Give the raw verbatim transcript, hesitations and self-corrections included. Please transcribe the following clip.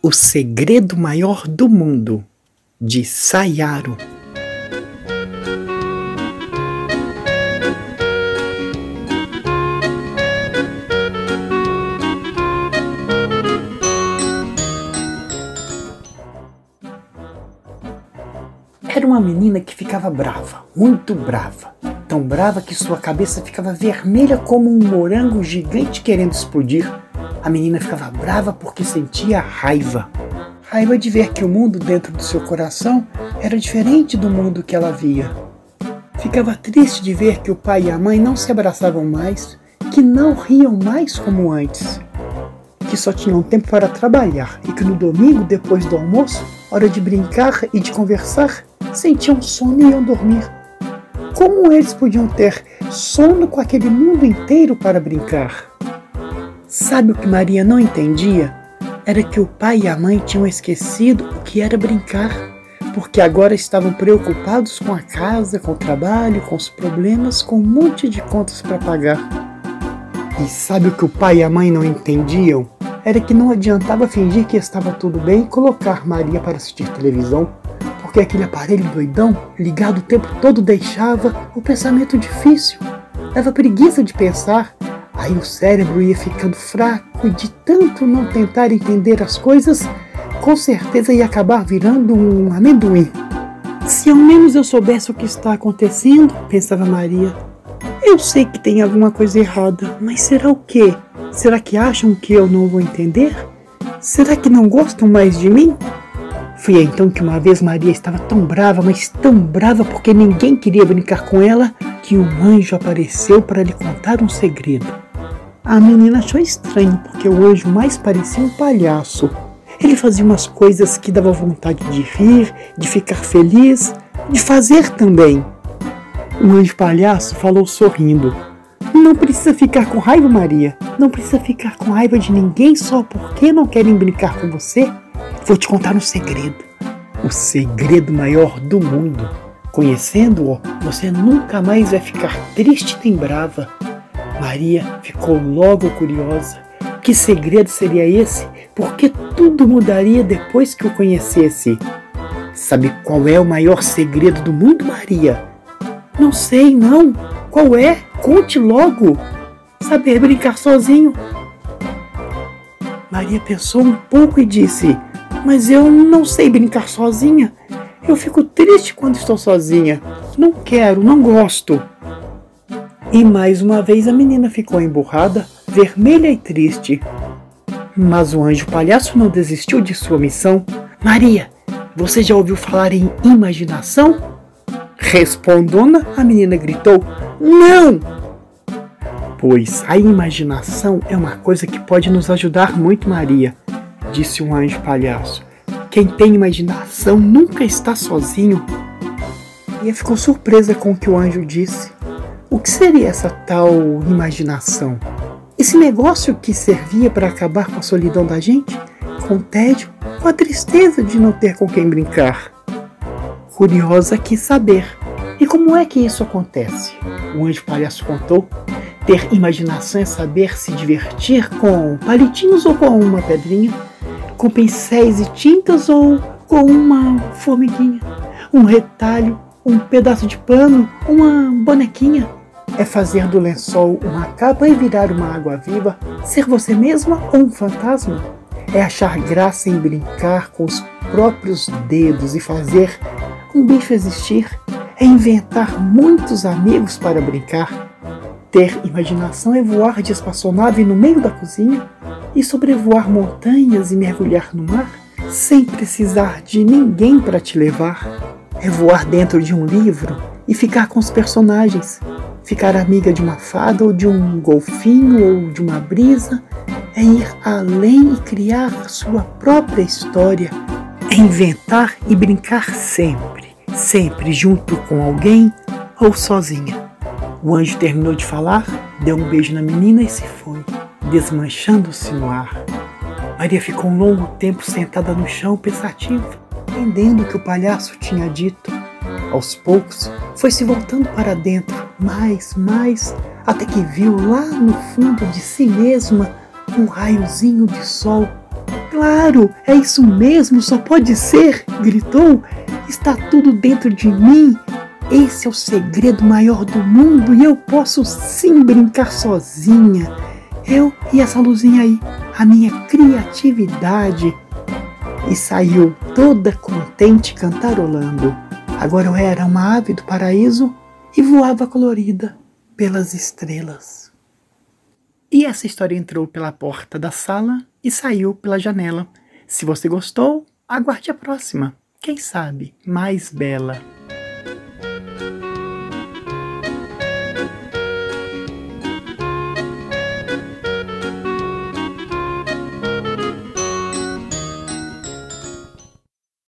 O Segredo Maior do Mundo, de Sayaro. Era uma menina que ficava brava, muito brava. Tão brava que sua cabeça ficava vermelha como um morango gigante querendo explodir. A menina ficava brava porque sentia raiva. Raiva de ver que o mundo dentro do seu coração era diferente do mundo que ela via. Ficava triste de ver que o pai e a mãe não se abraçavam mais, que não riam mais como antes, que só tinham tempo para trabalhar e que no domingo, depois do almoço, hora de brincar e de conversar, sentiam sono e iam dormir. Como eles podiam ter sono com aquele mundo inteiro para brincar? Sabe o que Maria não entendia? Era que o pai e a mãe tinham esquecido o que era brincar, porque agora estavam preocupados com a casa, com o trabalho, com os problemas, com um monte de contas para pagar. E sabe o que o pai e a mãe não entendiam? Era que não adiantava fingir que estava tudo bem e colocar Maria para assistir televisão, porque aquele aparelho doidão, ligado o tempo todo, deixava o pensamento difícil, dava preguiça de pensar. Aí o cérebro ia ficando fraco e de tanto não tentar entender as coisas, com certeza ia acabar virando um amendoim. Se ao menos eu soubesse o que está acontecendo, pensava Maria. Eu sei que tem alguma coisa errada, mas será o quê? Será que acham que eu não vou entender? Será que não gostam mais de mim? Foi então que uma vez Maria estava tão brava, mas tão brava porque ninguém queria brincar com ela, que um anjo apareceu para lhe contar um segredo. A menina achou estranho porque o anjo mais parecia um palhaço. Ele fazia umas coisas que dava vontade de rir, de ficar feliz, de fazer também. O anjo palhaço falou sorrindo: "Não precisa ficar com raiva, Maria. Não precisa ficar com raiva de ninguém só porque não querem brincar com você. Vou te contar um segredo. O segredo maior do mundo. Conhecendo-o, você nunca mais vai ficar triste nem brava." Maria ficou logo curiosa. Que segredo seria esse? Porque tudo mudaria depois que o conhecesse. Sabe qual é o maior segredo do mundo, Maria? Não sei, não. Qual é? Conte logo. Saber brincar sozinho. Maria pensou um pouco e disse: "Mas eu não sei brincar sozinha. Eu fico triste quando estou sozinha. Não quero, não gosto." E mais uma vez a menina ficou emburrada, vermelha e triste. Mas o anjo palhaço não desistiu de sua missão. "Maria, você já ouviu falar em imaginação?" Respondona, a menina gritou: "Não!" "Pois a imaginação é uma coisa que pode nos ajudar muito, Maria", disse o anjo palhaço. "Quem tem imaginação nunca está sozinho." Maria ficou surpresa com o que o anjo disse. O que seria essa tal imaginação? Esse negócio que servia para acabar com a solidão da gente? Com o tédio? Com a tristeza de não ter com quem brincar? Curiosa quis saber. E como é que isso acontece? O anjo palhaço contou. Ter imaginação é saber se divertir com palitinhos ou com uma pedrinha, com pincéis e tintas ou com uma formiguinha, um retalho, um pedaço de pano, uma bonequinha. É fazer do lençol uma capa e virar uma água viva, ser você mesma ou um fantasma. É achar graça em brincar com os próprios dedos e fazer um bicho existir. É inventar muitos amigos para brincar. Ter imaginação é voar de espaçonave no meio da cozinha e sobrevoar montanhas e mergulhar no mar sem precisar de ninguém para te levar. É voar dentro de um livro e ficar com os personagens. Ficar amiga de uma fada ou de um golfinho ou de uma brisa. É ir além e criar sua própria história. É inventar e brincar sempre, sempre junto com alguém ou sozinha. O anjo terminou de falar, deu um beijo na menina e se foi, desmanchando-se no ar. Maria ficou um longo tempo sentada no chão, pensativa, entendendo o que o palhaço tinha dito. Aos poucos, foi se voltando para dentro, mais, mais, até que viu lá no fundo de si mesma um raiozinho de sol. Claro, é isso mesmo, só pode ser, gritou. Está tudo dentro de mim. Esse é o segredo maior do mundo e eu posso sim brincar sozinha. Eu e essa luzinha aí, a minha criatividade. E saiu toda contente cantarolando. Agora eu era uma ave do paraíso e voava colorida pelas estrelas. E essa história entrou pela porta da sala e saiu pela janela. Se você gostou, aguarde a próxima. Quem sabe mais bela.